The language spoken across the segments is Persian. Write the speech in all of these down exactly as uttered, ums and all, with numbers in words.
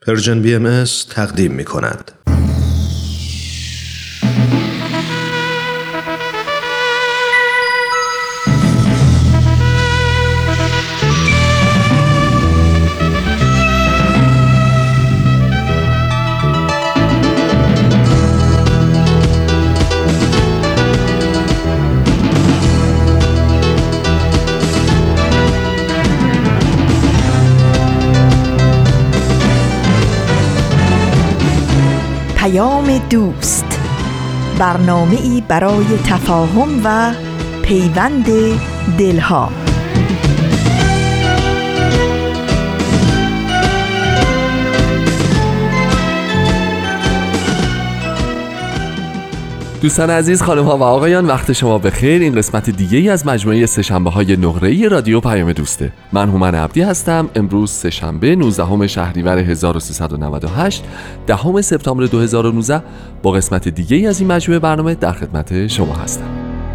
پرژن بی ام اس تقدیم می کند. دوست، برنامه‌ای برای تفاهم و پیوند دلها. دوستان عزیز، خانم ها و آقایان، وقت شما بخیر. این قسمت دیگه ای از مجموعه سه‌شنبه های نقره‌ای رادیو پیام دوسته. من هومن عبدی هستم. امروز سه‌شنبه نوزدهم شهریور هزار و سیصد و نود و هشت، دهم سپتامبر دو هزار و نوزده با قسمت دیگه ای از این مجموعه برنامه در خدمت شما هستم.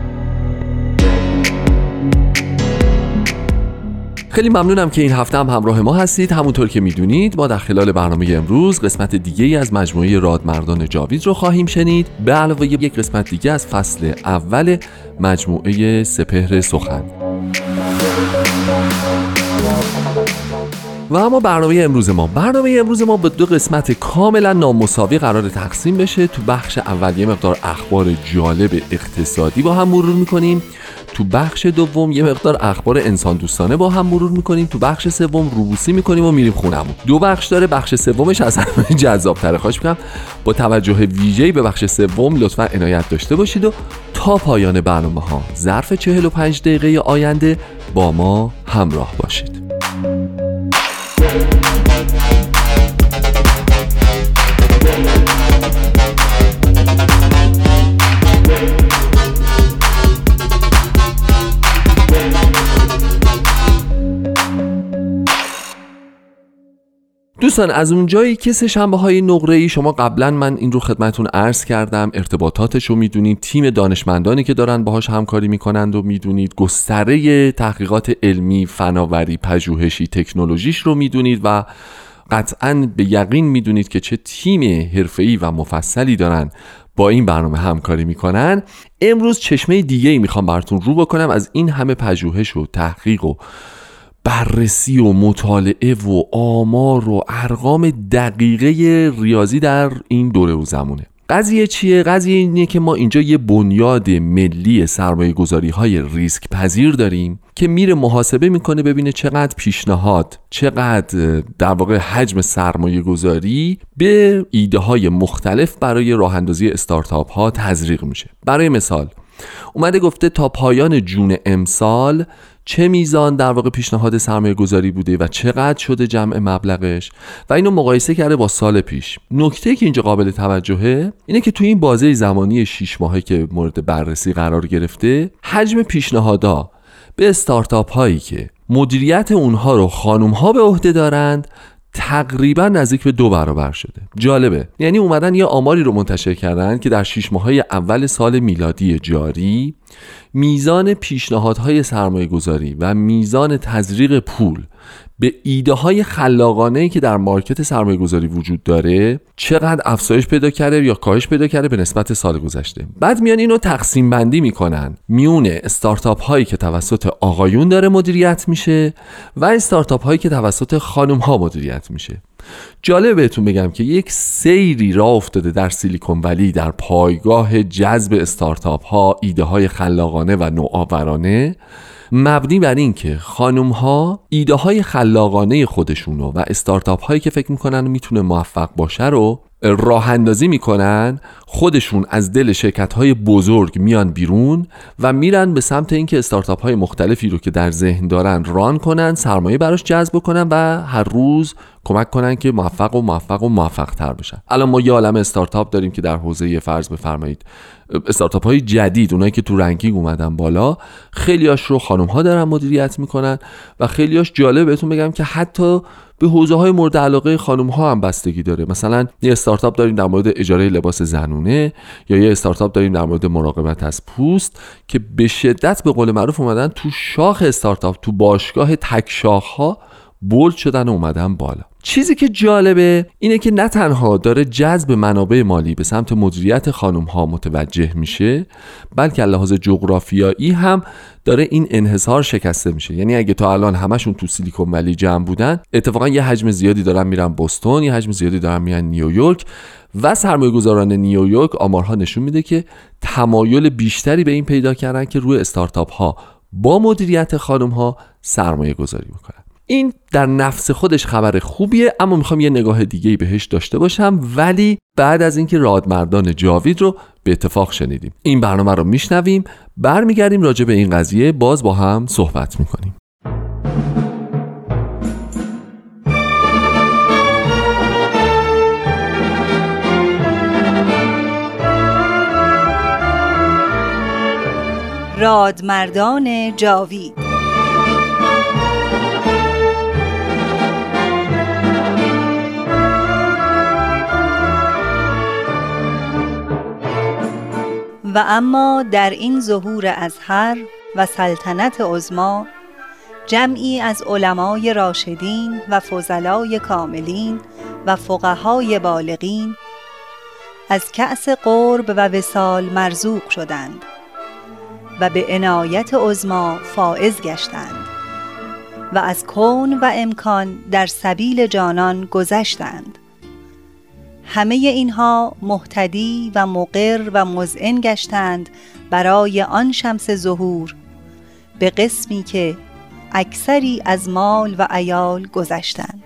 خیلی ممنونم که این هفته هم همراه ما هستید. همونطور که میدونید ما در خلال برنامه امروز قسمت دیگه ای از مجموعه رادمردان جاوید رو خواهیم شنید، به علاوه یک قسمت دیگه از فصل اول مجموعه سپهر سخن. و اما برنامه امروز ما برنامه امروز ما به دو قسمت کاملا نامساوی قرار تقسیم بشه. تو بخش اول یه مقدار اخبار جالب اقتصادی با هم مرور میکنیم، تو بخش دوم یه مقدار اخبار انسان دوستانه با هم مرور میکنیم، تو بخش سوم روبوسی میکنیم و میریم خونمون. دو بخش داره، بخش سومش از همه جذاب‌تره. خواهش میکنم با توجه ویژه‌ای به بخش سوم لطفاً عنایت داشته باشید و تا پایان برنامه ها ظرف چهل و پنج دقیقه آینده با ما همراه باشید. دوستان، از اونجایی که سه‌شنبه های نقره‌ای شما قبلا من این رو خدمتون عرض کردم، ارتباطاتش رو میدونید، تیم دانشمندانی که دارن باهاش همکاری میکنند و میدونید، گستره تحقیقات علمی، فناوری، پژوهشی، تکنولوژیش رو میدونید و قطعاً به یقین میدونید که چه تیم حرفه‌ای و مفصلی دارن با این برنامه همکاری میکنن. امروز چشمه دیگه‌ای میخوام براتون رو بکنم از این همه پژوهش و تحقیق و بررسی و مطالعه و آمار و ارقام دقیقه ریاضی در این دوره و زمونه. قضیه چیه؟ قضیه اینه که ما اینجا یه بنیاد ملی سرمایه گذاری های ریسک پذیر داریم که میره محاسبه میکنه ببینه چقدر پیشنهاد، چقدر در واقع حجم سرمایه گذاری به ایده های مختلف برای راه اندازی استارتاپ ها تزریق میشه. برای مثال اومده گفته تا پایان جون امسال چه میزان در واقع پیشنهاد سرمایه گذاری بوده و چقدر شده جمع مبلغش و اینو مقایسه کرده با سال پیش. نکته که اینجا قابل توجهه اینه که توی این بازه زمانی شش ماهه که مورد بررسی قرار گرفته، حجم پیشنهادها به استارتاپ هایی که مدیریت اونها رو خانوم ها به عهده دارند تقریبا نزدیک به دو برابر شده. جالبه، یعنی اومدن یه آماری رو منتشر کردن که در شش ماهه اول سال میلادی جاری میزان پیشنهادهای سرمایه گذاری و میزان تزریق پول به ایده های خلاقانه‌ای که در مارکت سرمایه گذاری وجود داره چقدر افزایش پیدا کرده یا کاهش پیدا کرده به نسبت سال گذشته. بعد میان اینو تقسیم بندی میکنن میون استارتاپ هایی که توسط آقایون داره مدیریت میشه و استارتاپ هایی که توسط خانم ها مدیریت میشه. جالب بهتون بگم که یک سیری راه افتاده در سیلیکون ولی در پایگاه جذب استارتاپ ها، ایده های خلاقانه و نوآورانه، مبنی بر این که خانم ها ایده های خلاقانه خودشونو و استارتاپ هایی که فکر میکنن میتونه موفق باشه رو راه اندازی میکنن، خودشون از دل شرکت های بزرگ میان بیرون و میرن به سمت اینکه استارتاپ های مختلفی رو که در ذهن دارن ران کنن، سرمایه براش جذب کنن و هر روز کمک کنن که موفق و موفق و موفق تر بشن. الان ما یه عالم استارتاپ داریم که در حوزه فرض بفرمایید استارتاپ های جدید، اونایی که تو رنکینگ اومدن بالا، خیلیاش رو خانم ها دارن مدیریت میکنن و خیلیاش جالب بهتون بگم که حتی به حوزه های مورد علاقه خانم ها هم بستگی داره. مثلا یه استارتاپ داریم در مورد اجاره لباس زنونه یا یه استارتاپ داریم در مورد مراقبت از پوست که به شدت به قول معروف اومدن تو شاخ استارتاپ، تو باشگاه تک شاخ ها بولد شدن و اومدن بالا. چیزی که جالبه اینه که نه تنها داره جذب منابع مالی به سمت مدیریت خانم‌ها متوجه میشه، بلکه لحاظ جغرافیایی هم داره این انحصار شکسته میشه. یعنی اگه تا الان همشون تو سیلیکون ولی جمع بودن، اتفاقا یه حجم زیادی دارن میرن بوستون، یه حجم زیادی دارن میرن نیویورک و سرمایه‌گذاران نیویورک آمارها نشون میده که تمایل بیشتری به این پیدا کردن که روی استارتاپ ها با مدیریت خانم ها سرمایه گذاری میکنن. این در نفس خودش خبر خوبیه، اما میخوام یه نگاه دیگه‌ای بهش داشته باشم. ولی بعد از اینکه رادمردان جاوید رو به اتفاق شنیدیم، این برنامه رو میشنویم، برمیگردیم راجع به این قضیه باز با هم صحبت میکنیم. رادمردان جاوید. و اما در این ظهور ازهر و سلطنت عظما، جمعی از علمای راشدین و فضلای کاملین و فقهای بالغین از کأس قرب و وصال مرزوق شدند و به عنایت عظما فائز گشتند و از کون و امکان در سبیل جانان گذشتند. همه اینها مهتدی و مقر و مذعن گشتند برای آن شمس ظهور، به قسمی که اکثری از مال و عیال گذشتند.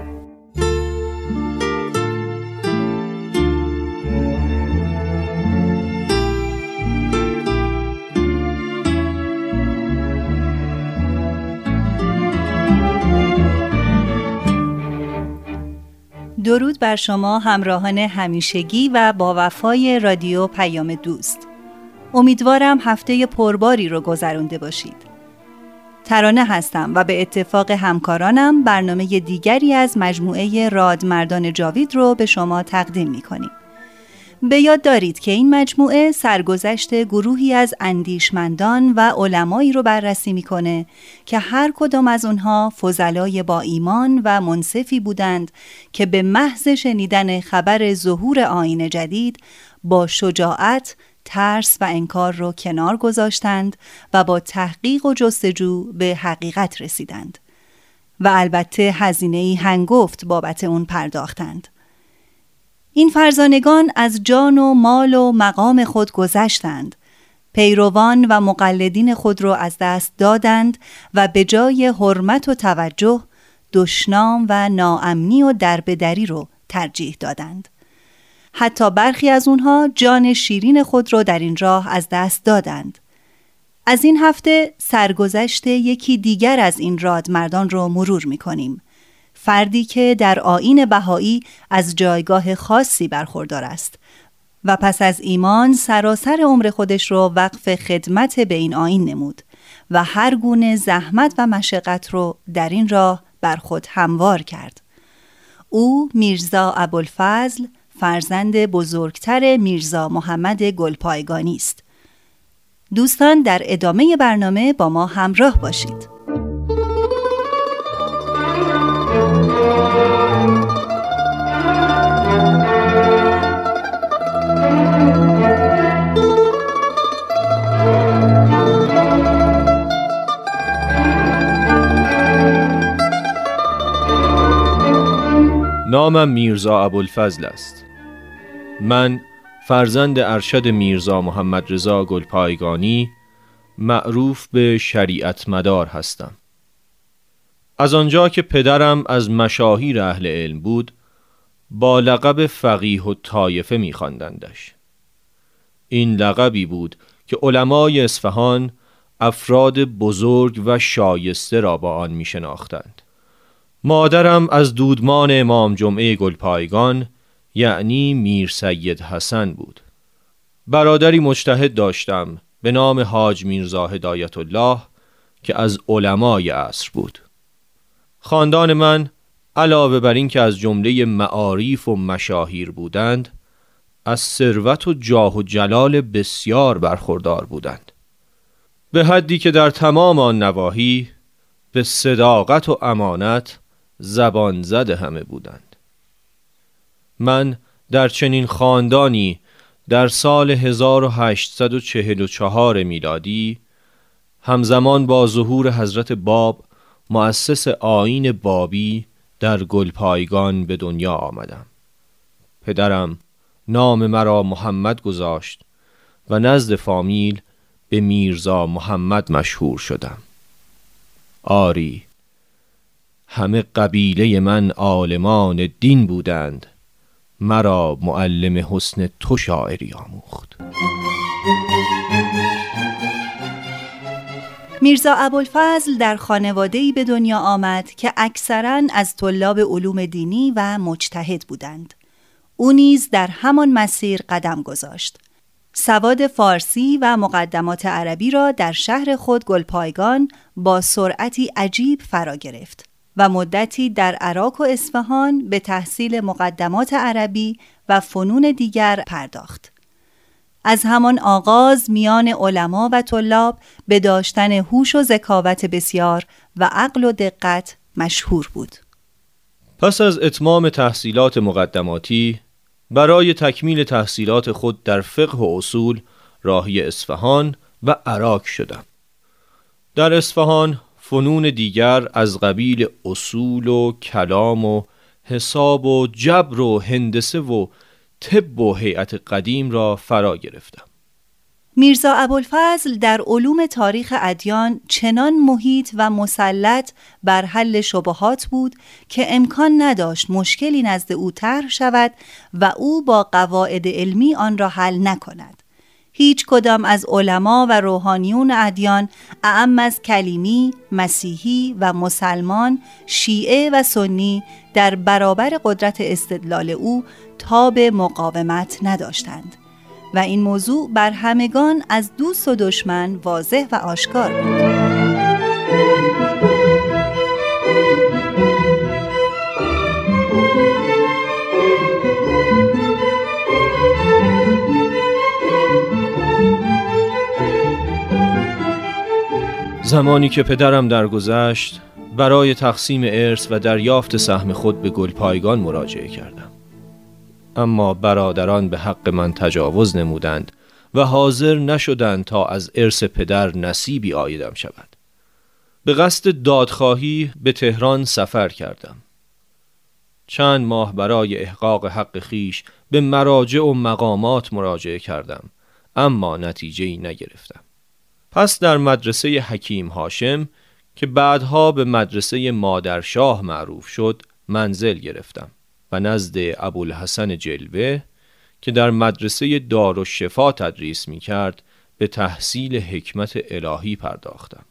درود بر شما همراهان همیشگی و با وفای رادیو پیام دوست. امیدوارم هفته پرباری رو گذرونده باشید. ترانه هستم و به اتفاق همکارانم برنامه دیگری از مجموعه رادمردان جاوید رو به شما تقدیم می‌کنیم. به یاد دارید که این مجموعه سرگذشت گروهی از اندیشمندان و علمایی رو بررسی میکنه که هر کدام از اونها فضلای با ایمان و منصفی بودند که به محض شنیدن خبر ظهور آیین جدید با شجاعت ترس و انکار رو کنار گذاشتند و با تحقیق و جستجو به حقیقت رسیدند و البته هزینه‌ای هنگفت بابت اون پرداختند. این فرزانگان از جان و مال و مقام خود گذشتند، پیروان و مقلدین خود را از دست دادند و به جای حرمت و توجه دشنام و ناامنی و دربدری رو ترجیح دادند. حتی برخی از اونها جان شیرین خود را در این راه از دست دادند. از این هفته سرگذشت یکی دیگر از این رادمردان رو مرور می‌کنیم. فردی که در آیین بهایی از جایگاه خاصی برخوردار است و پس از ایمان سراسر عمر خودش رو وقف خدمت به این آیین نمود و هر گونه زحمت و مشقت رو در این راه بر خود هموار کرد. او میرزا ابوالفضل، فرزند بزرگتر میرزا محمد گلپایگانی است. دوستان در ادامه برنامه با ما همراه باشید. نامم میرزا ابوالفضل است. من فرزند ارشد میرزا محمد رضا گلپایگانی، معروف به شریعت مدار هستم. از آنجا که پدرم از مشاهیر اهل علم بود، با لقب فقیه و طایفه می خواندندش. این لقبی بود که علمای اصفهان افراد بزرگ و شایسته را با آن می شناختند. مادرم از دودمان امام جمعه گلپایگان یعنی میر سید حسن بود. برادری مجتهد داشتم به نام حاج میرزا هدایت الله که از علمای عصر بود. خاندان من علاوه بر این که از جمله معارف و مشاهیر بودند، از ثروت و جاه و جلال بسیار برخوردار بودند، به حدی که در تمام آن نواحی به صداقت و امانت زبان زد همه بودند. من در چنین خاندانی در سال هزار و هشتصد و چهل و چهار میلادی همزمان با ظهور حضرت باب مؤسس آیین بابی در گلپایگان به دنیا آمدم. پدرم نام مرا محمد گذاشت و نزد فامیل به میرزا محمد مشهور شدم. آری، همه قبیله من عالمان دین بودند، مرا معلم حسن تو شاعری آموخت. میرزا ابوالفضل در خانواده‌ای به دنیا آمد که اکثراً از طلاب علوم دینی و مجتهد بودند. او نیز در همان مسیر قدم گذاشت. سواد فارسی و مقدمات عربی را در شهر خود گلپایگان با سرعتی عجیب فرا گرفت و مدتی در عراق و اصفهان به تحصیل مقدمات عربی و فنون دیگر پرداخت. از همان آغاز میان علما و طلاب به داشتن هوش و ذکاوت بسیار و عقل و دقت مشهور بود. پس از اتمام تحصیلات مقدماتی برای تکمیل تحصیلات خود در فقه و اصول راهی اصفهان و عراق شدم. در اصفهان فنون دیگر از قبیل اصول و کلام و حساب و جبر و هندسه و طب و هیئت قدیم را فرا گرفتم. میرزا ابوالفضل در علوم تاریخ ادیان چنان محیط و مسلط بر حل شبهات بود که امکان نداشت مشکلی نزد او طرح شود و او با قواعد علمی آن را حل نکند. هیچ کدام از علما و روحانیون ادیان، اعم از کلیمی، مسیحی و مسلمان، شیعه و سنی، در برابر قدرت استدلال او تاب مقاومت نداشتند و این موضوع بر همگان از دوست و دشمن واضح و آشکار بود. زمانی که پدرم درگذشت برای تقسیم ارث و دریافت سهم خود به گلپایگان مراجعه کردم، اما برادران به حق من تجاوز نمودند و حاضر نشدند تا از ارث پدر نصیبی عایدم شود. به قصد دادخواهی به تهران سفر کردم. چند ماه برای احقاق حق خیش به مراجع و مقامات مراجعه کردم، اما نتیجه‌ای نگرفتم. پس در مدرسه حکیم هاشم که بعدها به مدرسه مادرشاه معروف شد منزل گرفتم و نزد ابوالحسن جلوه که در مدرسه دارالشفا تدریس می کرد به تحصیل حکمت الهی پرداختم.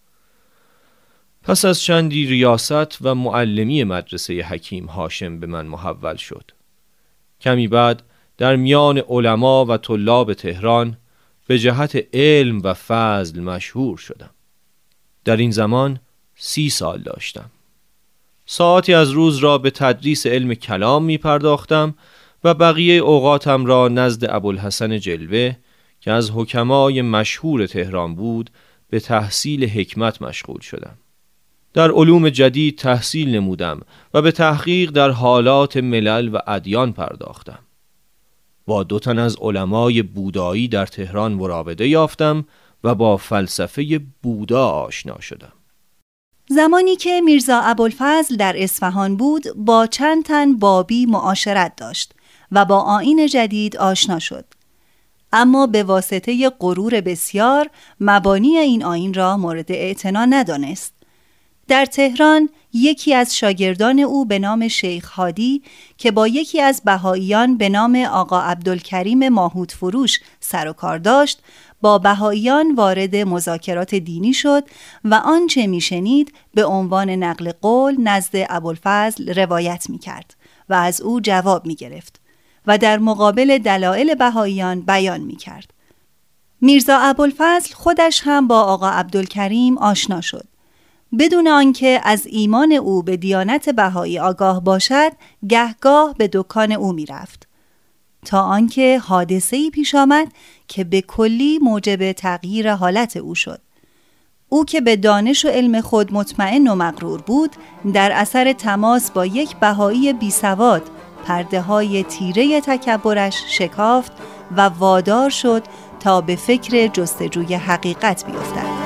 پس از چندی ریاست و معلمی مدرسه حکیم هاشم به من محول شد. کمی بعد در میان علما و طلاب تهران به جهت علم و فضل مشهور شدم. در این زمان سی سال داشتم. ساعتی از روز را به تدریس علم کلام می پرداختم و بقیه اوقاتم را نزد ابوالحسن جلوه که از حکمای مشهور تهران بود به تحصیل حکمت مشغول شدم. در علوم جدید تحصیل نمودم و به تحقیق در حالات ملل و ادیان پرداختم. با دو تن از علمای بودایی در تهران مراوده یافتم و با فلسفه بودا آشنا شدم. زمانی که میرزا ابوالفضل در اصفهان بود با چند تن بابی معاشرت داشت و با آیین جدید آشنا شد، اما به واسطه غرور بسیار مبانی این آیین را مورد اعتنا ندانست. در تهران یکی از شاگردان او به نام شیخ هادی که با یکی از بهائیان به نام آقا عبدالکریم ماهوت فروش سر و کار داشت، با بهائیان وارد مذاکرات دینی شد و آنچه میشنید به عنوان نقل قول نزد ابوالفضل روایت میکرد و از او جواب میگرفت و در مقابل دلایل بهائیان بیان میکرد. میرزا ابوالفضل خودش هم با آقا عبدالکریم آشنا شد. بدون آنکه از ایمان او به دیانت بهایی آگاه باشد، گهگاه به دکان او می رفت تا آنکه حادثه‌ای پیش آمد که به کلی موجب تغییر حالت او شد. او که به دانش و علم خود مطمئن و مغرور بود، در اثر تماس با یک بهایی بیسواد پرده های تیره تکبرش شکافت و وادار شد تا به فکر جستجوی حقیقت بیفتد.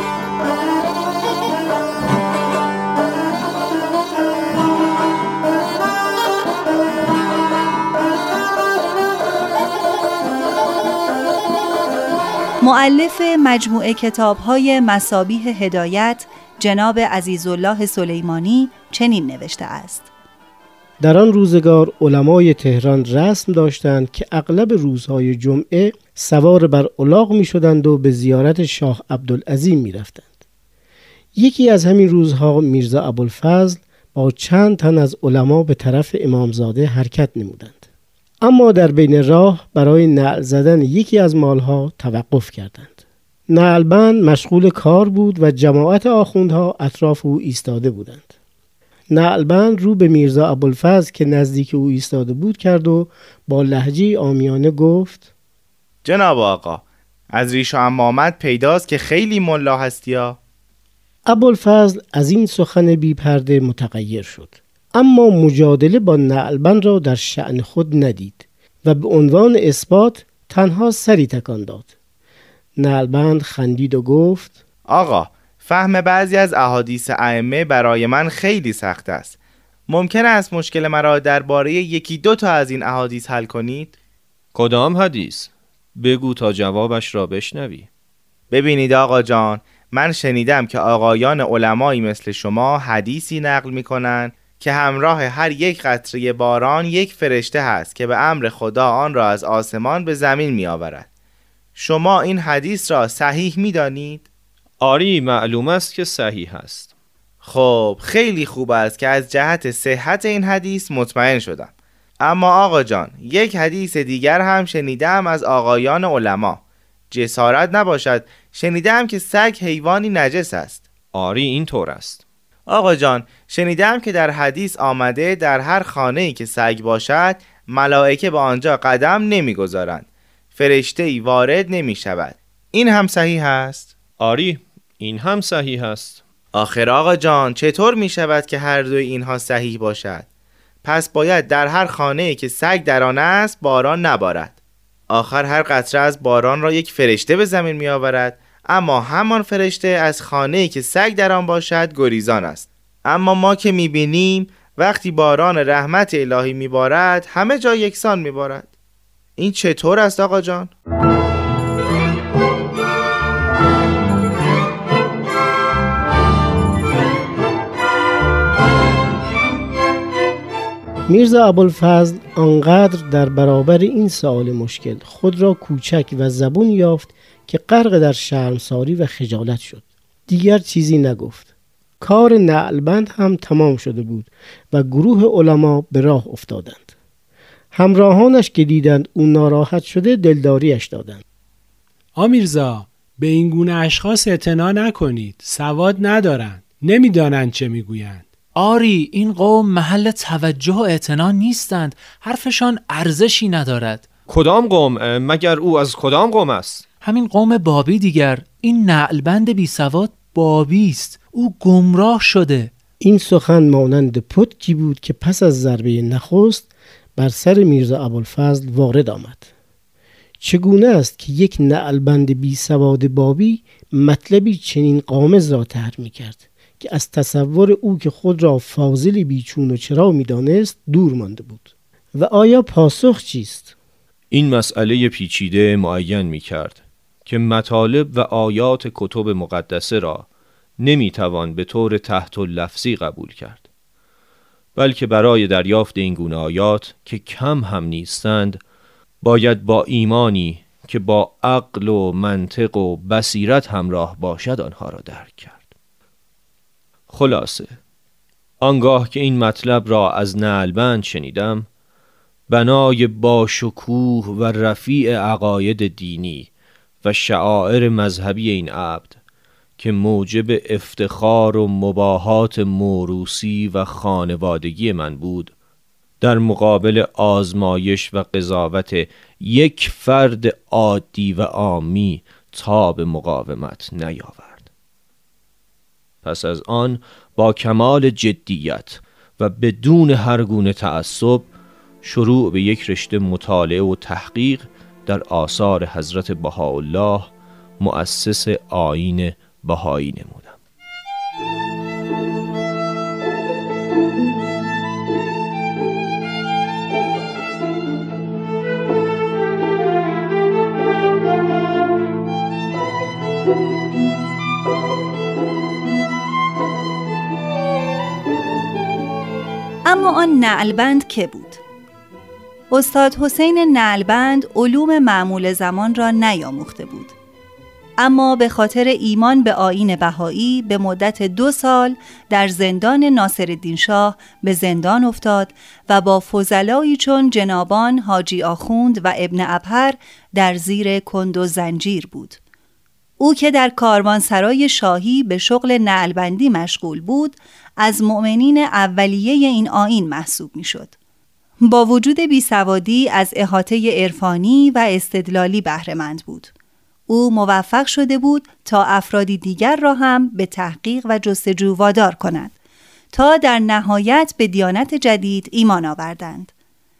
مؤلف مجموعه کتاب‌های مصابیح هدایت جناب عزیزالله سلیمانی چنین نوشته است: در آن روزگار علمای تهران رسم داشتند که اغلب روزهای جمعه سوار بر الاغ می شدند و به زیارت شاه عبدالعظیم می رفتند. یکی از همین روزها میرزا ابوالفضل با چند تن از علما به طرف امامزاده حرکت نمودند. اما در بین راه برای نعل زدن یکی از مالها توقف کردند. نعلبند مشغول کار بود و جماعت آخوندها اطراف او ایستاده بودند. نعلبند رو به میرزا ابوالفضل که نزدیک او ایستاده بود کرد و با لهجه عامیانه گفت: جناب آقا، از ریش و عمامت پیداست که خیلی ملا هستیا. ابوالفضل از این سخن بی پرده متغیر شد، اما مجادله با نعلبند را در شأن خود ندید و به عنوان اثبات تنها سری تکان داد. نعلبند خندید و گفت: آقا، فهم بعضی از احادیث ائمه برای من خیلی سخت است. ممکن است مشکل مرا درباره یکی دو تا از این احادیث حل کنید؟ کدام حدیث؟ بگو تا جوابش را بشنوی. ببینید آقا جان، من شنیدم که آقایان علمایی مثل شما حدیثی نقل می‌کنند که همراه هر یک قطره باران یک فرشته هست که به امر خدا آن را از آسمان به زمین می آورد. شما این حدیث را صحیح می دانید؟ آری، معلوم است که صحیح است. خب خیلی خوب است که از جهت صحت این حدیث مطمئن شدم. اما آقا جان، یک حدیث دیگر هم شنیدم از آقایان علما. جسارت نباشد شنیدم که سگ حیوانی نجس است. آری، این طور است. آقا جان، شنیدم که در حدیث آمده در هر خانه‌ای که سگ باشد ملائکه به آنجا قدم نمی‌گذارند، فرشته‌ای وارد نمی‌شود. این هم صحیح است؟ آری، این هم صحیح است. آخر آقا جان، چطور می‌شود که هر دوی اینها صحیح باشد؟ پس باید در هر خانه‌ای که سگ در آن است باران نبارد. آخر هر قطره از باران را یک فرشته به زمین می‌آورد، اما همان فرشته از خانه‌ای که سگ در آن باشد گریزان است. اما ما که می‌بینیم وقتی باران رحمت الهی می‌بارد همه جا یکسان می‌بارد. این چطور است آقا جان؟ میرزا ابوالفضل آنقدر در برابر این سوال مشکل خود را کوچک و زبون یافت که غرق در شرمساری و خجالت شد. دیگر چیزی نگفت. کار نعلبند هم تمام شده بود و گروه علما به راه افتادند. همراهانش که دیدند او ناراحت شده دلداریش دادند. آمیرزا، به این گونه اشخاص اعتنا نکنید. سواد ندارند، نمیدانند چه میگویند. آری، این قوم محل توجه و اعتنا نیستند. حرفشان ارزشی ندارد. کدام قوم؟ مگر او از کدام قوم است؟ همین قوم بابی دیگر. این نعلبند بی سواد بابی است. او گمراه شده. این سخن مانند پتکی بود که پس از ضربه نخست بر سر میرزا ابوالفضل وارد آمد. چگونه است که یک نعلبند بی سواد بابی مطلبی چنین غامض را طرح می‌کرد که از تصور او که خود را فاضلی بیچون و چرا می‌دانست دور مانده بود؟ و آیا پاسخ چیست؟ این مسئله پیچیده معین می‌کرد که مطالب و آیات کتب مقدسه را نمی‌توان به طور تحت لفظی قبول کرد، بلکه برای دریافت این گونه آیات که کم هم نیستند باید با ایمانی که با عقل و منطق و بصیرت همراه باشد آنها را درک کرد. خلاصه آنگاه که این مطلب را از نعلبند شنیدم، بنای باشکوه و رفیع عقاید دینی و شعائر مذهبی این عبد که موجب افتخار و مباهات موروثی و خانوادگی من بود، در مقابل آزمایش و قضاوت یک فرد عادی و عامی تاب مقاومت نیاورد. پس از آن با کمال جدیت و بدون هر گونه تعصب شروع به یک رشته مطالعه و تحقیق در آثار حضرت بهاءالله مؤسس آیین بهایی نمودم. اما آن نعلبند که بود؟ استاد حسین نعلبند علوم معمول زمان را نیاموخته بود، اما به خاطر ایمان به آیین بهایی به مدت دو سال در زندان ناصرالدین شاه به زندان افتاد و با فضلایی چون جنابان حاجی آخوند و ابن عبهر در زیر کند و زنجیر بود. او که در کاروانسرای شاهی به شغل نعلبندی مشغول بود، از مؤمنین اولیه این آیین محسوب می شد. با وجود بیسوادی از احاطه عرفانی و استدلالی بهره‌مند بود. او موفق شده بود تا افرادی دیگر را هم به تحقیق و جستجو وادار کند تا در نهایت به دیانت جدید ایمان آوردند.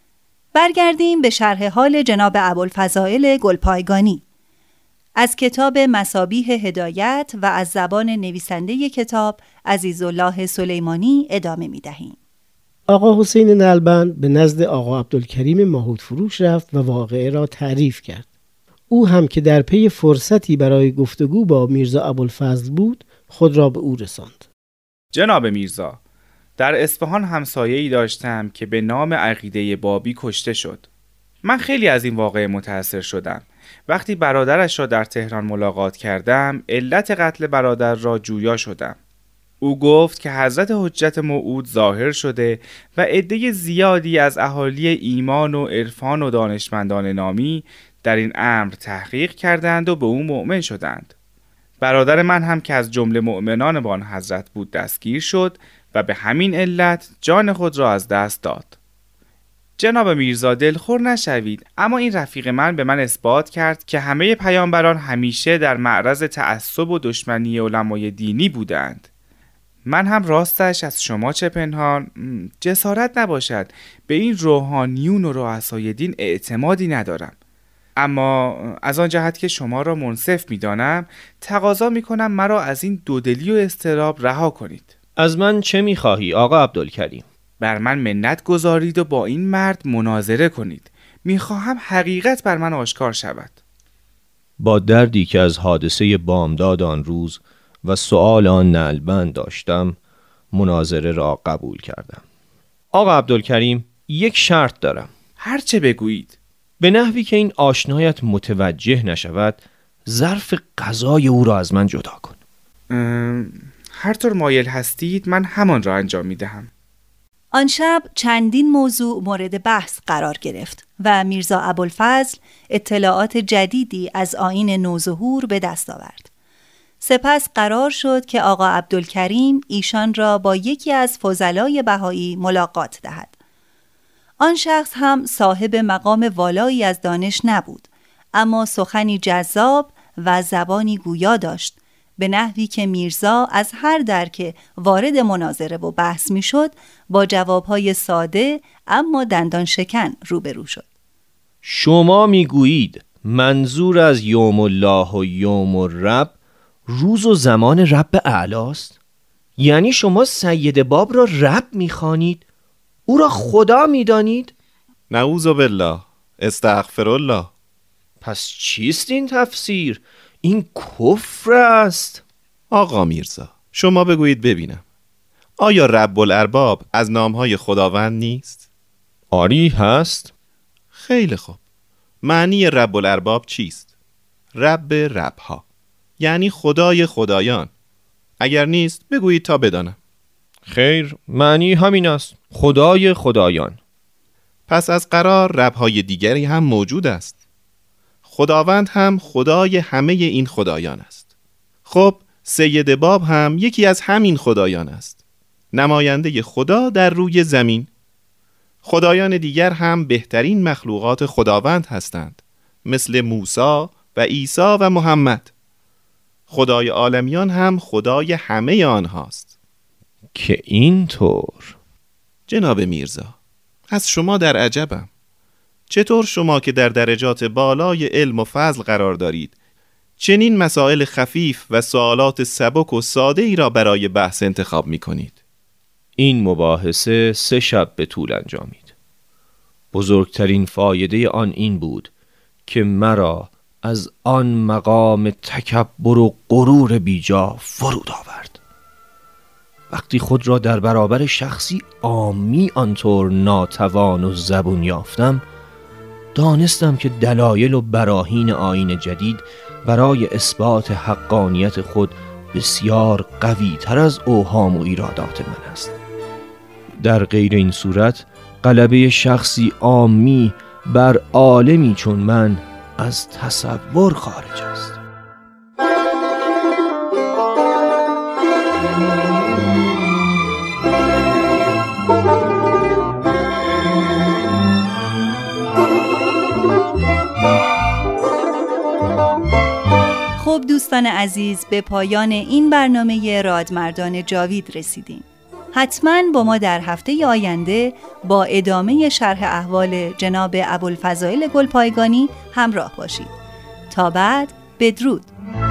برگردیم به شرح حال جناب ابوالفضائل گلپایگانی. از کتاب مصابیح هدایت و از زبان نویسنده کتاب عزیزالله سلیمانی ادامه می دهیم. آقا حسین نعلبند به نزد آقا عبدالکریم ماهوت فروش رفت و واقعه را تعریف کرد. او هم که در پی فرصتی برای گفتگو با میرزا ابوالفضل بود، خود را به او رساند. جناب میرزا، در اصفهان همسایه‌ای داشتم که به نام عقیده بابی کشته شد. من خیلی از این واقعه متأثر شدم. وقتی برادرش را در تهران ملاقات کردم، علت قتل برادر را جویا شدم. او گفت که حضرت حجت موعود ظاهر شده و عده زیادی از اهالی ایمان و عرفان و دانشمندان نامی در این امر تحقیق کردند و به او مؤمن شدند. برادر من هم که از جمله مؤمنان با آن حضرت بود دستگیر شد و به همین علت جان خود را از دست داد. جناب میرزا دلخور نشوید، اما این رفیق من به من اثبات کرد که همه پیامبران همیشه در معرض تعصب و دشمنی علمای دینی بودند. من هم راستش از شما چه پنهان، جسارت نباشد، به این روحانیون و رؤسای دین اعتمادی ندارم. اما از آن جهت که شما را منصف می‌دانم، تقاضا می‌کنم مرا از این دودلی و اضطراب رها کنید. از من چه می‌خواهی آقا عبدالکریم؟ بر من منت گذارید و با این مرد مناظره کنید. می‌خواهم حقیقت بر من آشکار شود. با دردی که از حادثه بامداد آن روز و سؤال آن نعلبند داشتم، مناظره را قبول کردم. آقا عبدالکریم، یک شرط دارم. هر چه بگویید. به نحوی که این آشنایت متوجه نشود، ظرف غذای او را از من جدا کن. هر طور مایل هستید من همان را انجام می دهم. آن شب چندین موضوع مورد بحث قرار گرفت و میرزا ابوالفضل اطلاعات جدیدی از آیین نوظهور به دست آورد. سپس قرار شد که آقا عبدالکریم ایشان را با یکی از فضلای بهایی ملاقات دهد. آن شخص هم صاحب مقام والایی از دانش نبود، اما سخنی جذاب و زبانی گویا داشت، به نحوی که میرزا از هر در که وارد مناظره و بحث می شد با جوابهای ساده اما دندان شکن روبرو شد. شما می گویید منظور از یوم الله و یوم الرب روز و زمان رب اعلاست؟ یعنی شما سید باب را رب می خوانید؟ او را خدا می دانید؟ نعوذ بالله، استغفر الله. پس چیست این تفسیر؟ این کفر است. آقا میرزا، شما بگویید ببینم، آیا رب الارباب از نامهای خداوند نیست؟ آری هست. خیلی خوب. معنی رب الارباب چیست؟ رب ربها، یعنی خدای خدایان. اگر نیست بگویید تا بدانم. خیر، معنی همین است، خدای خدایان. پس از قرار ربهای دیگری هم موجود است. خداوند هم خدای همه این خدایان است. خب سید باب هم یکی از همین خدایان است، نماینده خدا در روی زمین. خدایان دیگر هم بهترین مخلوقات خداوند هستند، مثل موسی و عیسی و محمد. خدای عالمیان هم خدای همه آنهاست. که اینطور؟ جناب میرزا، از شما در عجبم. چطور شما که در درجات بالای علم و فضل قرار دارید چنین مسائل خفیف و سوالات سبک و ساده ای را برای بحث انتخاب می کنید؟ این مباحثه سه شب به طول انجامید. بزرگترین فایده آن این بود که مرا از آن مقام تکبر و غرور بیجا فرود آورد. وقتی خود را در برابر شخصی عامی آنطور ناتوان و زبون یافتم، دانستم که دلایل و براهین آیین جدید برای اثبات حقانیت خود بسیار قوی تر از اوهام و ایرادات من است. در غیر این صورت غلبه شخصی عامی بر عالمی چون من از تصور خارج است. خب دوستان عزیز، به پایان این برنامه رادمردان جاوید رسیدیم. حتما با ما در هفته آینده با ادامه شرح احوال جناب ابوالفضائل گلپایگانی همراه باشید. تا بعد، بدرود.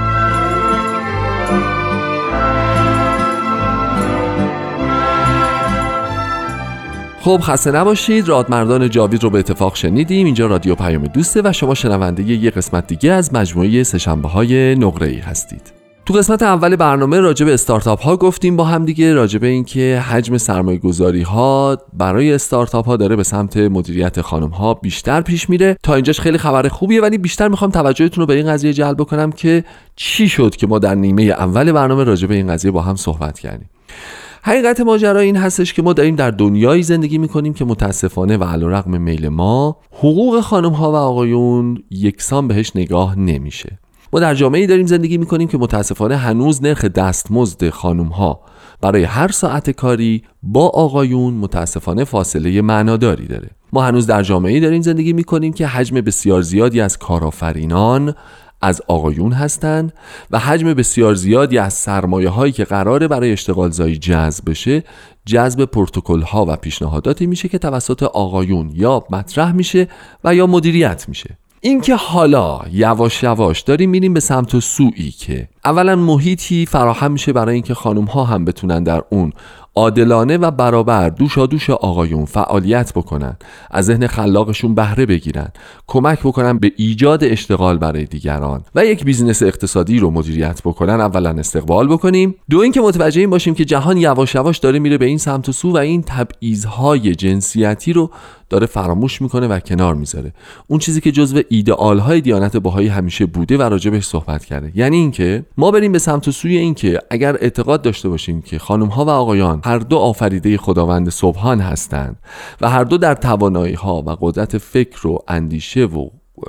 خب خسته نباشید. رادمردان جاوید رو به اتفاق شنیدیم. اینجا رادیو پیام دوسته و شما شنونده یه قسمت دیگه از مجموعه سه‌شنبه‌های نقره‌ای هستید. تو قسمت اول برنامه راجع به استارتاپ ها گفتیم با هم دیگه، راجع به اینکه حجم سرمایه گذاری ها برای استارتاپ ها داره به سمت مدیریت خانم ها بیشتر پیش میره. تا اینجاش خیلی خبر خوبیه، ولی بیشتر میخوام توجهتون رو به این قضیه جلب بکنم که چی شد که ما در نیمه اول برنامه راجع به این قضیه با هم صحبت کردیم. حقیقت ماجرا این هستش که ما داریم در دنیایی زندگی میکنیم که متاسفانه و علیرغم میل ما حقوق خانم ها و آقایون یکسان بهش نگاه نمیشه. ما در جامعه‌ای داریم زندگی میکنیم که متاسفانه هنوز نرخ دستمزد خانم ها برای هر ساعت کاری با آقایون متاسفانه فاصله معناداری داره. ما هنوز در جامعه‌ای داریم زندگی میکنیم که حجم بسیار زیادی از کارآفرینان از آقایون هستند و حجم بسیار زیادی از سرمایه هایی که قراره برای اشتغال زایی جذب بشه جذب پروتکل ها و پیشنهاداتی میشه که توسط آقایون یا مطرح میشه و یا مدیریت میشه. این که حالا یواش یواش داریم میریم به سمت و سویی که اولا محیطی فراهم میشه برای اینکه خانم ها هم بتونن در اون عادلانه و برابر دوشا دوش آقایون فعالیت بکنن، از ذهن خلاقشون بهره بگیرن، کمک بکنن به ایجاد اشتغال برای دیگران و یک بیزینس اقتصادی رو مدیریت بکنن، اولا استقبال بکنیم. دو اینکه متوجه این باشیم که جهان یواش یواش داره میره به این سمت و سو و این تبعیض‌های جنسیتی رو داره فراموش میکنه و کنار میذاره. اون چیزی که جزو ایدئال‌های دیانت بهایی همیشه بوده و راجبش صحبت کرده، یعنی اینکه ما بریم به سمت و سوی اینکه اگر اعتقاد داشته باشیم که خانم‌ها و آقایان هر دو آفریده خداوند سبحان هستند و هر دو در توانایی‌ها و قدرت فکر و اندیشه و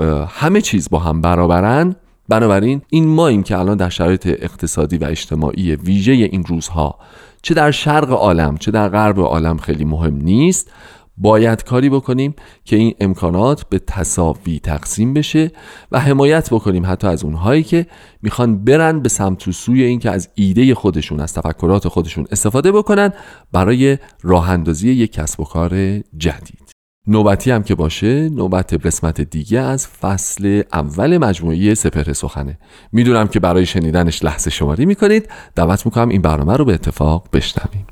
همه چیز با هم برابرن، بنابراین این ماییم که الان در شرایط اقتصادی و اجتماعی ویژه این روزها چه در شرق عالم چه در غرب عالم خیلی مهم نیست، باید کاری بکنیم که این امکانات به تساوی تقسیم بشه و حمایت بکنیم حتی از اونهایی که میخوان برن به سمت و سوی این که از ایده خودشون، از تفکرات خودشون استفاده بکنن برای راه اندازی یک کسب و کار جدید. نوبتی هم که باشه، نوبت قسمت دیگه از فصل اول مجموعه سپهر سخنه. میدونم که برای شنیدنش لحظه شماری میکنید. دعوت میکنم این برنامه رو به اتفاق بشنویم.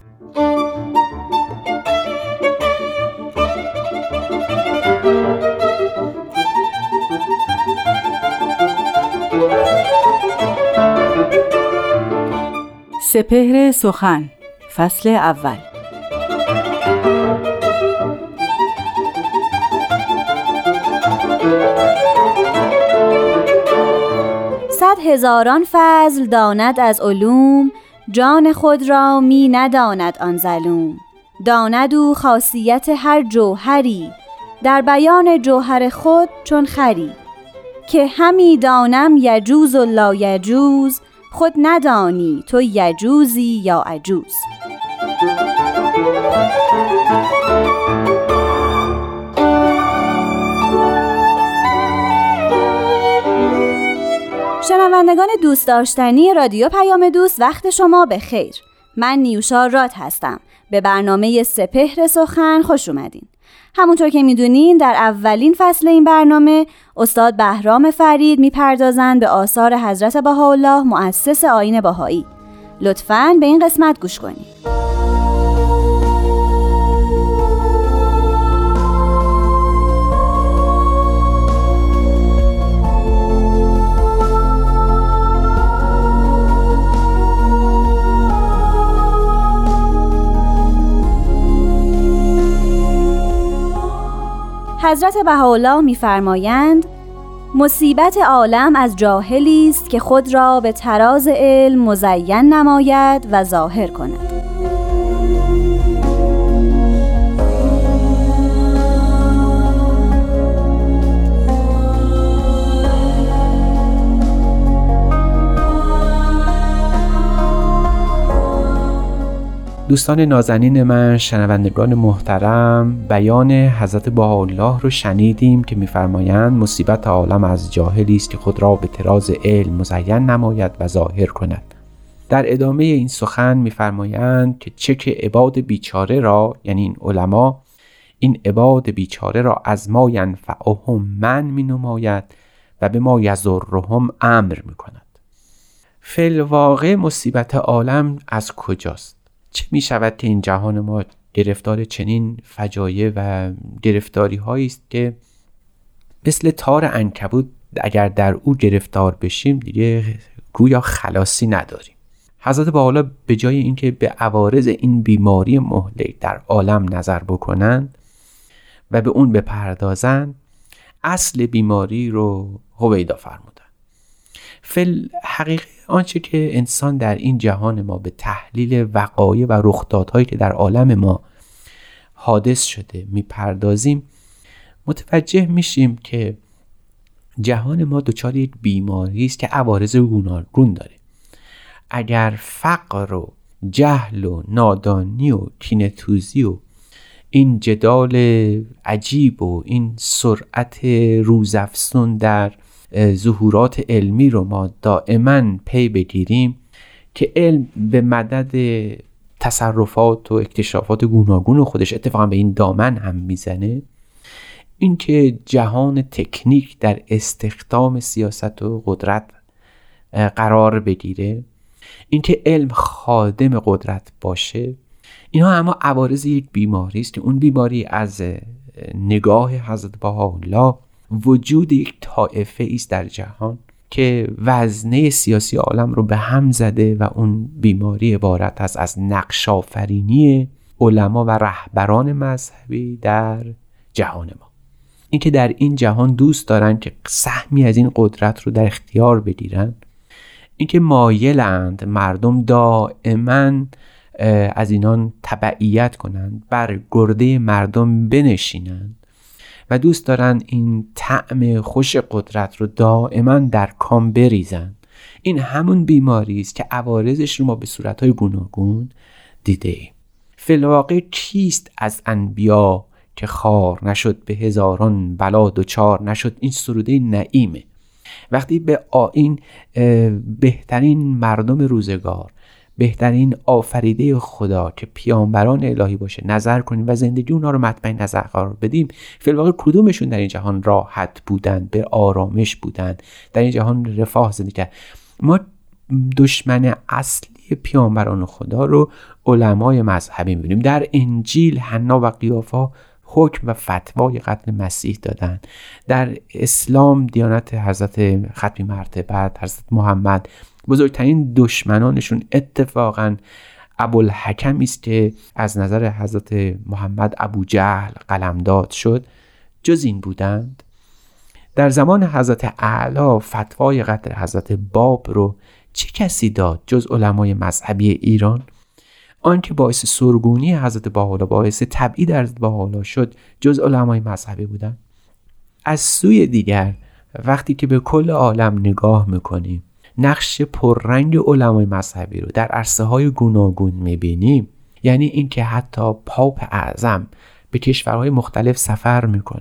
سپهر سخن فصل اول. صد هزاران فضل داند از علوم، جان خود را می نداند آن ظلوم. داند او خاصیت هر جوهری، در بیان جوهر خود چون خری. که همی دانم یجوز و لا یجوز، خود ندانی تو یجوزی یا عجوز. شنوندگان دوست داشتنی رادیو پیام دوست، وقت شما به خیر. من نیوشا راد هستم. به برنامه سپهر سخن خوش اومدین. همونطور که میدونین در اولین فصل این برنامه استاد بهرام فرید میپردازن به آثار حضرت بهاءالله مؤسس آیین بهایی. لطفاً به این قسمت گوش کنید. حضرت بهاءالله می‌فرمایند مصیبت عالم از جاهلی است که خود را به تراز علم مزین نماید و ظاهر کند. دوستان نازنین من، شنوندگان محترم، بیان حضرت بهاءالله رو شنیدیم که می‌فرمایند مصیبت عالم از جاهلی است که خود را به طراز علم مزین نماید و ظاهر کند. در ادامه این سخن می‌فرمایند که چه که عباد بیچاره را، یعنی این علما، این عباد بیچاره را از ما ینفعهم من می‌نماید و به ما یضرهم امر می‌کند. فی الواقع مصیبت عالم از کجاست؟ چه می شود که این جهان ما گرفتار چنین فجایع و گرفتاری هایی است که مثل تار عنکبوت اگر در او گرفتار بشیم دیگه گویا خلاصی نداریم. حضرت بهاءالله به جای اینکه به عوارض این بیماری مهلک در عالم نظر بکنند و به اون بپردازند، اصل بیماری رو هویدا فرمودند. فل حقیقه آنچه که انسان در این جهان ما به تحلیل وقایع و رخدادهایی که در عالم ما حادث شده میپردازیم، متوجه میشیم که جهان ما دچار یک بیماری است که عوارض گوناگون داره. اگر فقر و جهل و نادانی و کینه‌توزی و این جدال عجیب و این سرعت روزافزون در ظهورات علمی رو ما دائما پی بگیریم که علم به مدد تصرفات و اکتشافات گوناگون خودش اتفاقا به این دامن هم میزنه، این که جهان تکنیک در استخدام سیاست و قدرت قرار بگیره، این که علم خادم قدرت باشه، اینها اما عوارض یک بیماری است که اون بیماری از نگاه حضرت بهاءالله وجود یک طائفه است در جهان که وزنه سیاسی عالم رو به هم زده و اون بیماری عبارت است از نقش آفرینی علما و رهبران مذهبی در جهان ما. این که در این جهان دوست دارن که سهمی از این قدرت رو در اختیار بگیرن، این که مایلند مردم دائما از اینان تبعیت کنند، بر گرده مردم بنشینند و دوست دارن این طعم خوش قدرت رو دائما در کام بریزن. این همون بیماری است که عوارضش رو ما به صورتهای گوناگون دیده ایم. فی الواقع کیست از انبیا که خار نشد به هزاران بلا دچار نشد؟ این سروده نعیمه. وقتی به این بهترین مردم روزگار، بهترین آفریده خدا که پیامبران الهی باشه نظر کنیم و زندگی اونها رو مطمئن نظر قرار بدیم، فی الواقع کدومشون در این جهان راحت بودن، به آرامش بودن، در این جهان رفاه زندگی کرد؟ ما دشمن اصلی پیامبران خدا رو علمای مذهبی می‌بینیم. در انجیل حنا و قیافا حکم و فتوای قتل مسیح دادن. در اسلام دیانت حضرت ختمی مرتبت حضرت محمد، بزرگترین دشمنانشون اتفاقاً ابوالحکم است که از نظر حضرت محمد ابو جهل قلمداد شد، جز این بودند. در زمان حضرت اعلی فتوای قتل حضرت باب رو چه کسی داد جز علمای مذهبی ایران؟ آن که باعث سرگونی حضرت بهاءالله، باعث تبعید حضرت بهاءالله شد، جز علمای مذهبی بودن. از سوی دیگر وقتی که به کل عالم نگاه میکنیم، نقش پررنگ علمای مذهبی رو در عرصه های گوناگون میبینیم. یعنی این که حتی پاپ اعظم به کشورهای مختلف سفر میکنه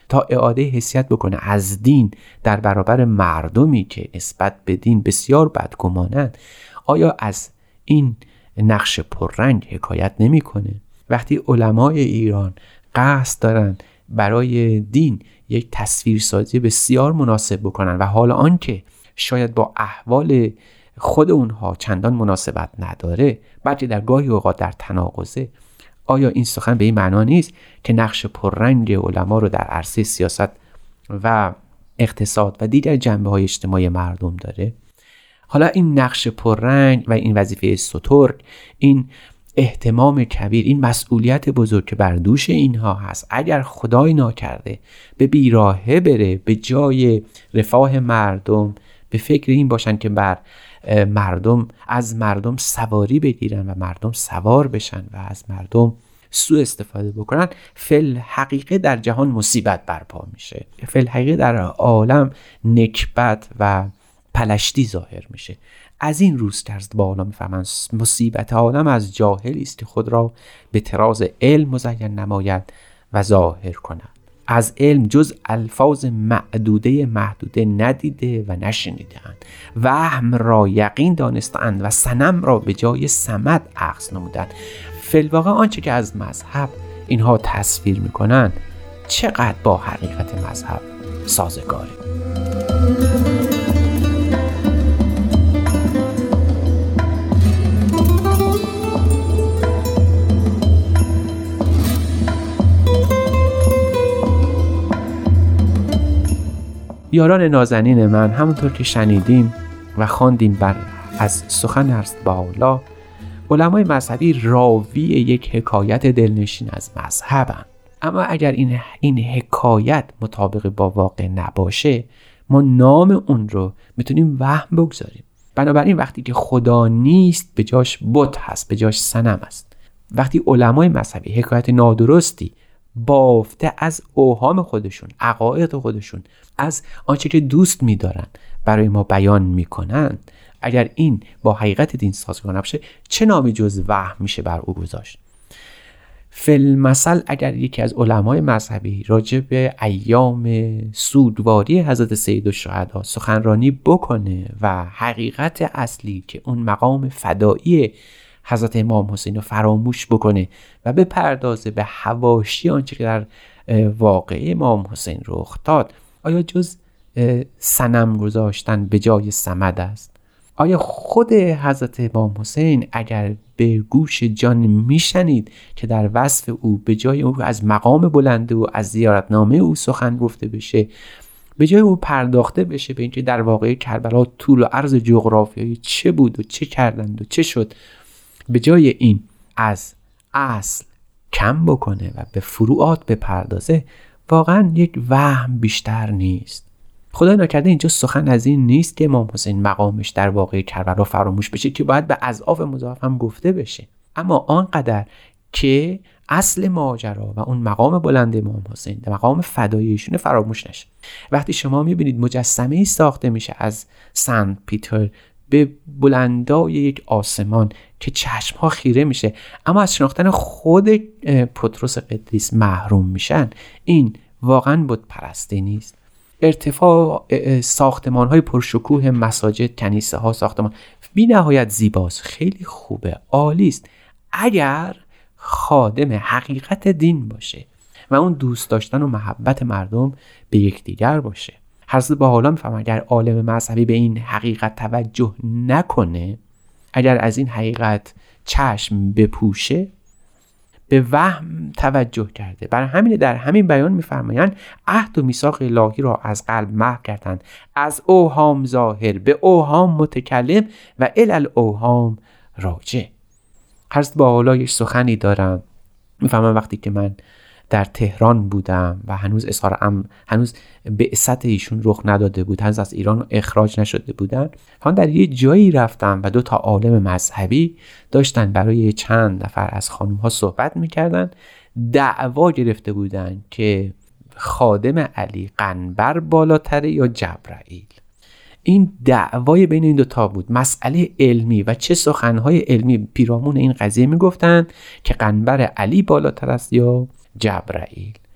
تا اعاده حیثیت بکنه از دین در برابر مردمی که نسبت به دین بسیار بدگمانند، آیا از این نقش پررنگ حکایت نمی‌کنه؟ وقتی علمای ایران قصد دارن برای دین یک تصویرسازی بسیار مناسب بکنن و حال آنکه شاید با احوال خود اونها چندان مناسبت نداره، بلکه در گاهی اوقات در تناقضه، آیا این سخن به این معنا نیست که نقش پررنگ علما رو در عرصه سیاست و اقتصاد و دیگر جنبه‌های اجتماعی مردم داره؟ حالا این نقش پررنگ و این وظیفه سترگ، این اهتمام کبیر، این مسئولیت بزرگ که بر دوش اینها هست، اگر خدای ناکرده به بیراهه بره، به جای رفاه مردم به فکر این باشن که بر مردم از مردم سواری بگیرن و مردم سوار بشن و از مردم سوء استفاده بکنن، فل حقیقه در جهان مصیبت برپا میشه، فل حقیقه در عالم نکبت و پلشتی ظاهر میشه. از این روز کرد با عالم میفهمن مصیبت عالم از جاهلی است که خود را به طراز علم مزین نماید و ظاهر کند. از علم جز الفاظ معدوده محدوده ندیده و نشنیدند، وهم را یقین دانستند و صنم را به جای صمد اخذ نمودند. فی‌الواقع آنچه که از مذهب اینها تصویر میکنند چقدر با حقیقت مذهب سازگاره. یاران نازنین من، همونطور که شنیدیم و خواندیم بر از سخن ارسط بهاءالله، علمای مذهبی راوی یک حکایت دلنشین از مذهبن. اما اگر این این حکایت مطابق با واقع نباشه، ما نام اون رو میتونیم وهم بگذاریم. بنابراین وقتی که خدا نیست، به جاش بت هست، به جاش صنم است. وقتی علمای مذهبی حکایت نادرستی بافته از اوهام خودشون، عقاید خودشون، از آنچه که دوست می‌دارن برای ما بیان میکنن، اگر این با حقیقت دین سازگار نباشه، چه نامی جز وهم میشه بر او گذاشت؟ فی‌المثل اگر یکی از علمای مذهبی راجع به ایام سوگواری حضرت سیدالشهدا سخنرانی بکنه و حقیقت اصلی که اون مقام فدایی حضرت امام حسین رو فراموش بکنه و بپردازه به حواشی آنچه که در واقعه امام حسین رخ داد، آیا جز صنم گذاشتن به جای صمد است؟ آیا خود حضرت امام حسین اگر به گوش جان میشنید که در وصف او به جای او از مقام بلند و از زیارتنامه او سخن گفته بشه، به جای او پرداخته بشه به اینکه در واقعه کربلا طول و عرض جغرافیایی چه بود و چه کردند و چه شد، به جای این از اصل کم بکنه و به فروعات بپردازه، واقعا یک وهم بیشتر نیست؟ خدا نکرده اینجا سخن از این نیست که امام حسین مقامش در واقع کربلا فراموش بشه که باید به اضعاف مضاعف هم گفته بشه، اما آنقدر که اصل ماجرا و اون مقام بلند امام حسین، مقام فداییشون فراموش نشه. وقتی شما میبینید مجسمه‌ای ساخته میشه از سنت پیتر به بلندای یک آسمان که چشمها خیره میشه، اما از شناختن خود پطرس قدیس محروم میشن، این واقعا بت پرستی نیست؟ ارتفاع ساختمان های پرشکوه مساجد، کنیسه ها، ساختمان بی نهایت زیباست، خیلی خوبه، عالی است، اگر خادم حقیقت دین باشه و اون دوست داشتن و محبت مردم به یکدیگر باشه. حضرت بهاءالله میفهمن اگر عالم مذهبی به این حقیقت توجه نکنه، اگر از این حقیقت چشم بپوشه، به وهم توجه کرده. برای همین در همین بیان میفرمایند عهد و میثاق الهی را از قلب محو کردند، از اوهام ظاهر به اوهام متکلم و الی الاوهام راجع. حضرت بهاءالله یک سخنی دارم، میفهمم وقتی که من در تهران بودم و هنوز اظهار امر، هنوز بعثت ایشون رخ نداده بود، هنوز از ایران اخراج نشده بودن، من در یه جایی رفتم و دو تا عالم مذهبی داشتن برای چند نفر از خانم ها صحبت میکردن، دعوا گرفته بودن که خادم علی قنبر بالاتره یا جبرائیل. این دعوای بین این دوتا بود، مسئله علمی و چه سخنهای علمی پیرامون این قضیه میگفتن که قنبر علی بالاتر است یا جبرائیل،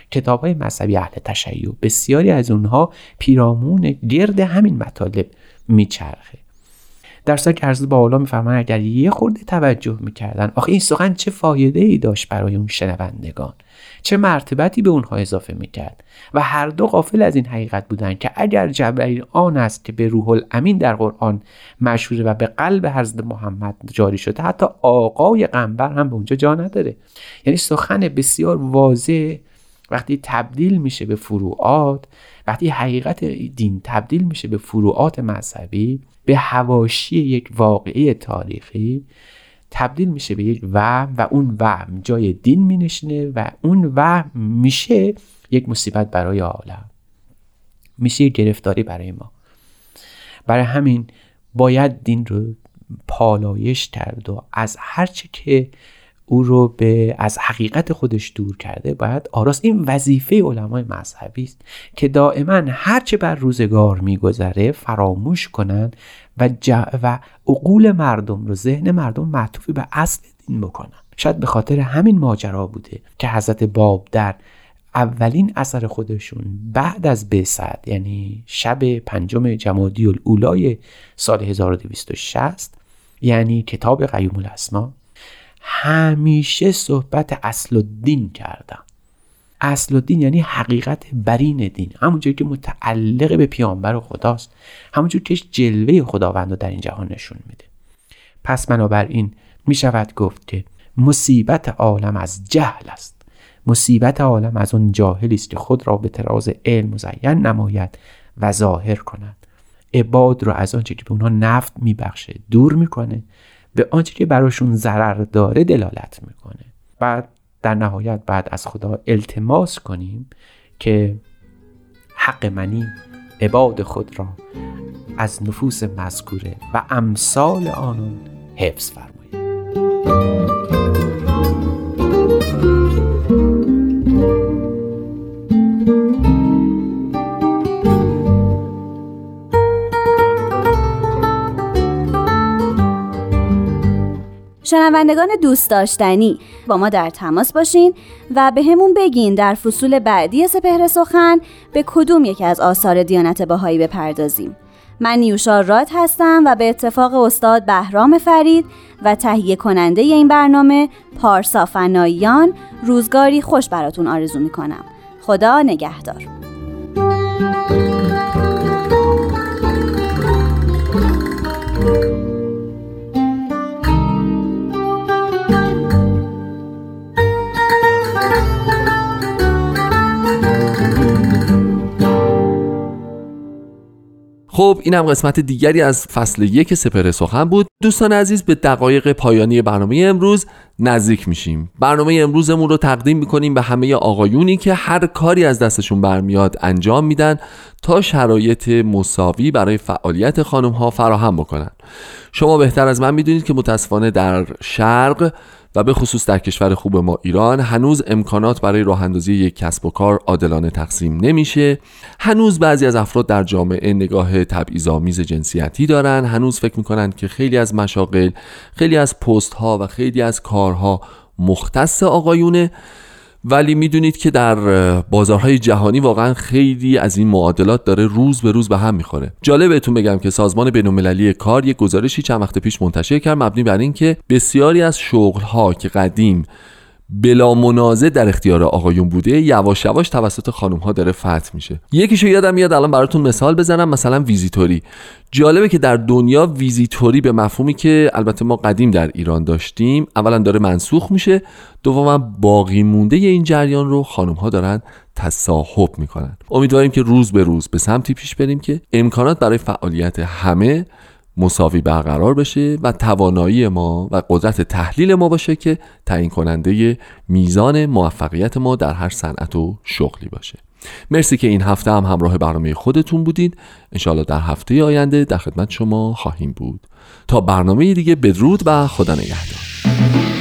کتاب‌های مذهبی اهل تشیع بسیاری از اونها پیرامون گرد همین مطالب میچرخه. در صورتی که حضرت بهاءالله میفرمایند اگر یه خورده توجه میکردن، آخه این سخن چه فایده ای داشت برای اون شنوندگان، چه مرتبتی به اونها اضافه میکرد. و هر دو غافل از این حقیقت بودند که اگر جبرئیل آن است که به روح الامین در قرآن مشهوره و به قلب حضرت محمد جاری شده، حتی آقای قنبر هم به اونجا جا نداره. یعنی سخن بسیار واضح وقتی تبدیل میشه به فروعات، وقتی حقیقت دین تبدیل میشه به فروعات مذهبی، به حواشی یک واقعه تاریخی، تبدیل میشه به یک وهم و اون وهم جای دین مینشینه و اون وهم میشه یک مصیبت برای عالم، میشه یک گرفتاری برای ما. برای همین باید دین رو پالایش کرد و از هرچی که او رو به از حقیقت خودش دور کرده باید آراست. این وظیفه علمای مذهبی است که دائما هرچه بر روزگار میگذره فراموش کنن و ج... و عقول مردم رو، ذهن مردم معطوف به اصل دین بکنن. شاید به خاطر همین ماجرا بوده که حضرت باب در اولین اثر خودشون بعد از بعثت، یعنی شب پنجم جمادی الاولی سال هزار و دویست و شصت، یعنی کتاب قیوم الاسما، همیشه صحبت اصل الدین کردن. اصل الدین یعنی حقیقت برین دین، همونجوری که متعلق به پیامبر خداست، همونجوری که جلوه خداوند رو در این جهان نشون میده. پس بنابراین می شود گفت که مصیبت عالم از جهل است. مصیبت عالم از اون جاهلی است که خود را به طراز علم مزین نماید و ظاهر کند. عباد رو از آنچه که به اونها نفع میبخشه دور میکنه، به آنچه که براشون ضرر داره دلالت میکنه. بعد در نهایت بعد از خدا التماس کنیم که حق منی عباد خود را از نفوس مذکوره و امثال آنان حفظ فرمایید. شنوندگان دوست داشتنی، با ما در تماس باشین و به همون بگین در فصول بعدی سپهر سخن به کدوم یکی از آثار دیانت بهایی بپردازیم. من نیوشا راد هستم و به اتفاق استاد بهرام فرید و تهیه کننده این برنامه پارسا فناییان روزگاری خوش براتون آرزو میکنم. خدا نگهدار. خب اینم قسمت دیگری از فصل یک سپهر سخن بود. دوستان عزیز، به دقایق پایانی برنامه امروز نزدیک میشیم. برنامه امروزمون رو تقدیم میکنیم به همه آقایونی که هر کاری از دستشون برمیاد انجام میدن تا شرایط مساوی برای فعالیت خانم ها فراهم بکنن. شما بهتر از من میدونید که متاسفانه در شرق و به خصوص در کشور خوب ما ایران هنوز امکانات برای راه اندازی یک کسب و کار عادلانه تقسیم نمیشه. هنوز بعضی از افراد در جامعه نگاه تبعیض‌آمیز جنسیتی دارن. هنوز فکر میکنن که خیلی از مشاغل، خیلی از پست ها و خیلی از کارها مختص آقایونه. ولی میدونید که در بازارهای جهانی واقعا خیلی از این معادلات داره روز به روز به هم میخوره. جالب بهتون بگم که سازمان بین‌المللی کار یک گزارشی چند وقت پیش منتشر کرد مبنی بر این که بسیاری از شغل‌ها که قدیم بلا منازع در اختیار آقایون بوده یواش یواش توسط خانم‌ها داره فتح میشه. یکیشو یادم میاد الان براتون مثال بزنم، مثلا ویزیتوری. جالبه که در دنیا ویزیتوری به مفهومی که البته ما قدیم در ایران داشتیم اولا داره منسوخ میشه، دوما باقی مونده این جریان رو خانم‌ها دارن تصاحب میکنن. امیدواریم که روز به روز به سمتی پیش بریم که امکانات برای فعالیت همه مساوی برقرار بشه و توانایی ما و قدرت تحلیل ما باشه که تعیین کننده میزان موفقیت ما در هر صنعت و شغلی باشه. مرسی که این هفته هم همراه برنامه خودتون بودید. انشالله در هفته آینده در خدمت شما خواهیم بود. تا برنامه دیگه، بدرود و خدا نگهدار.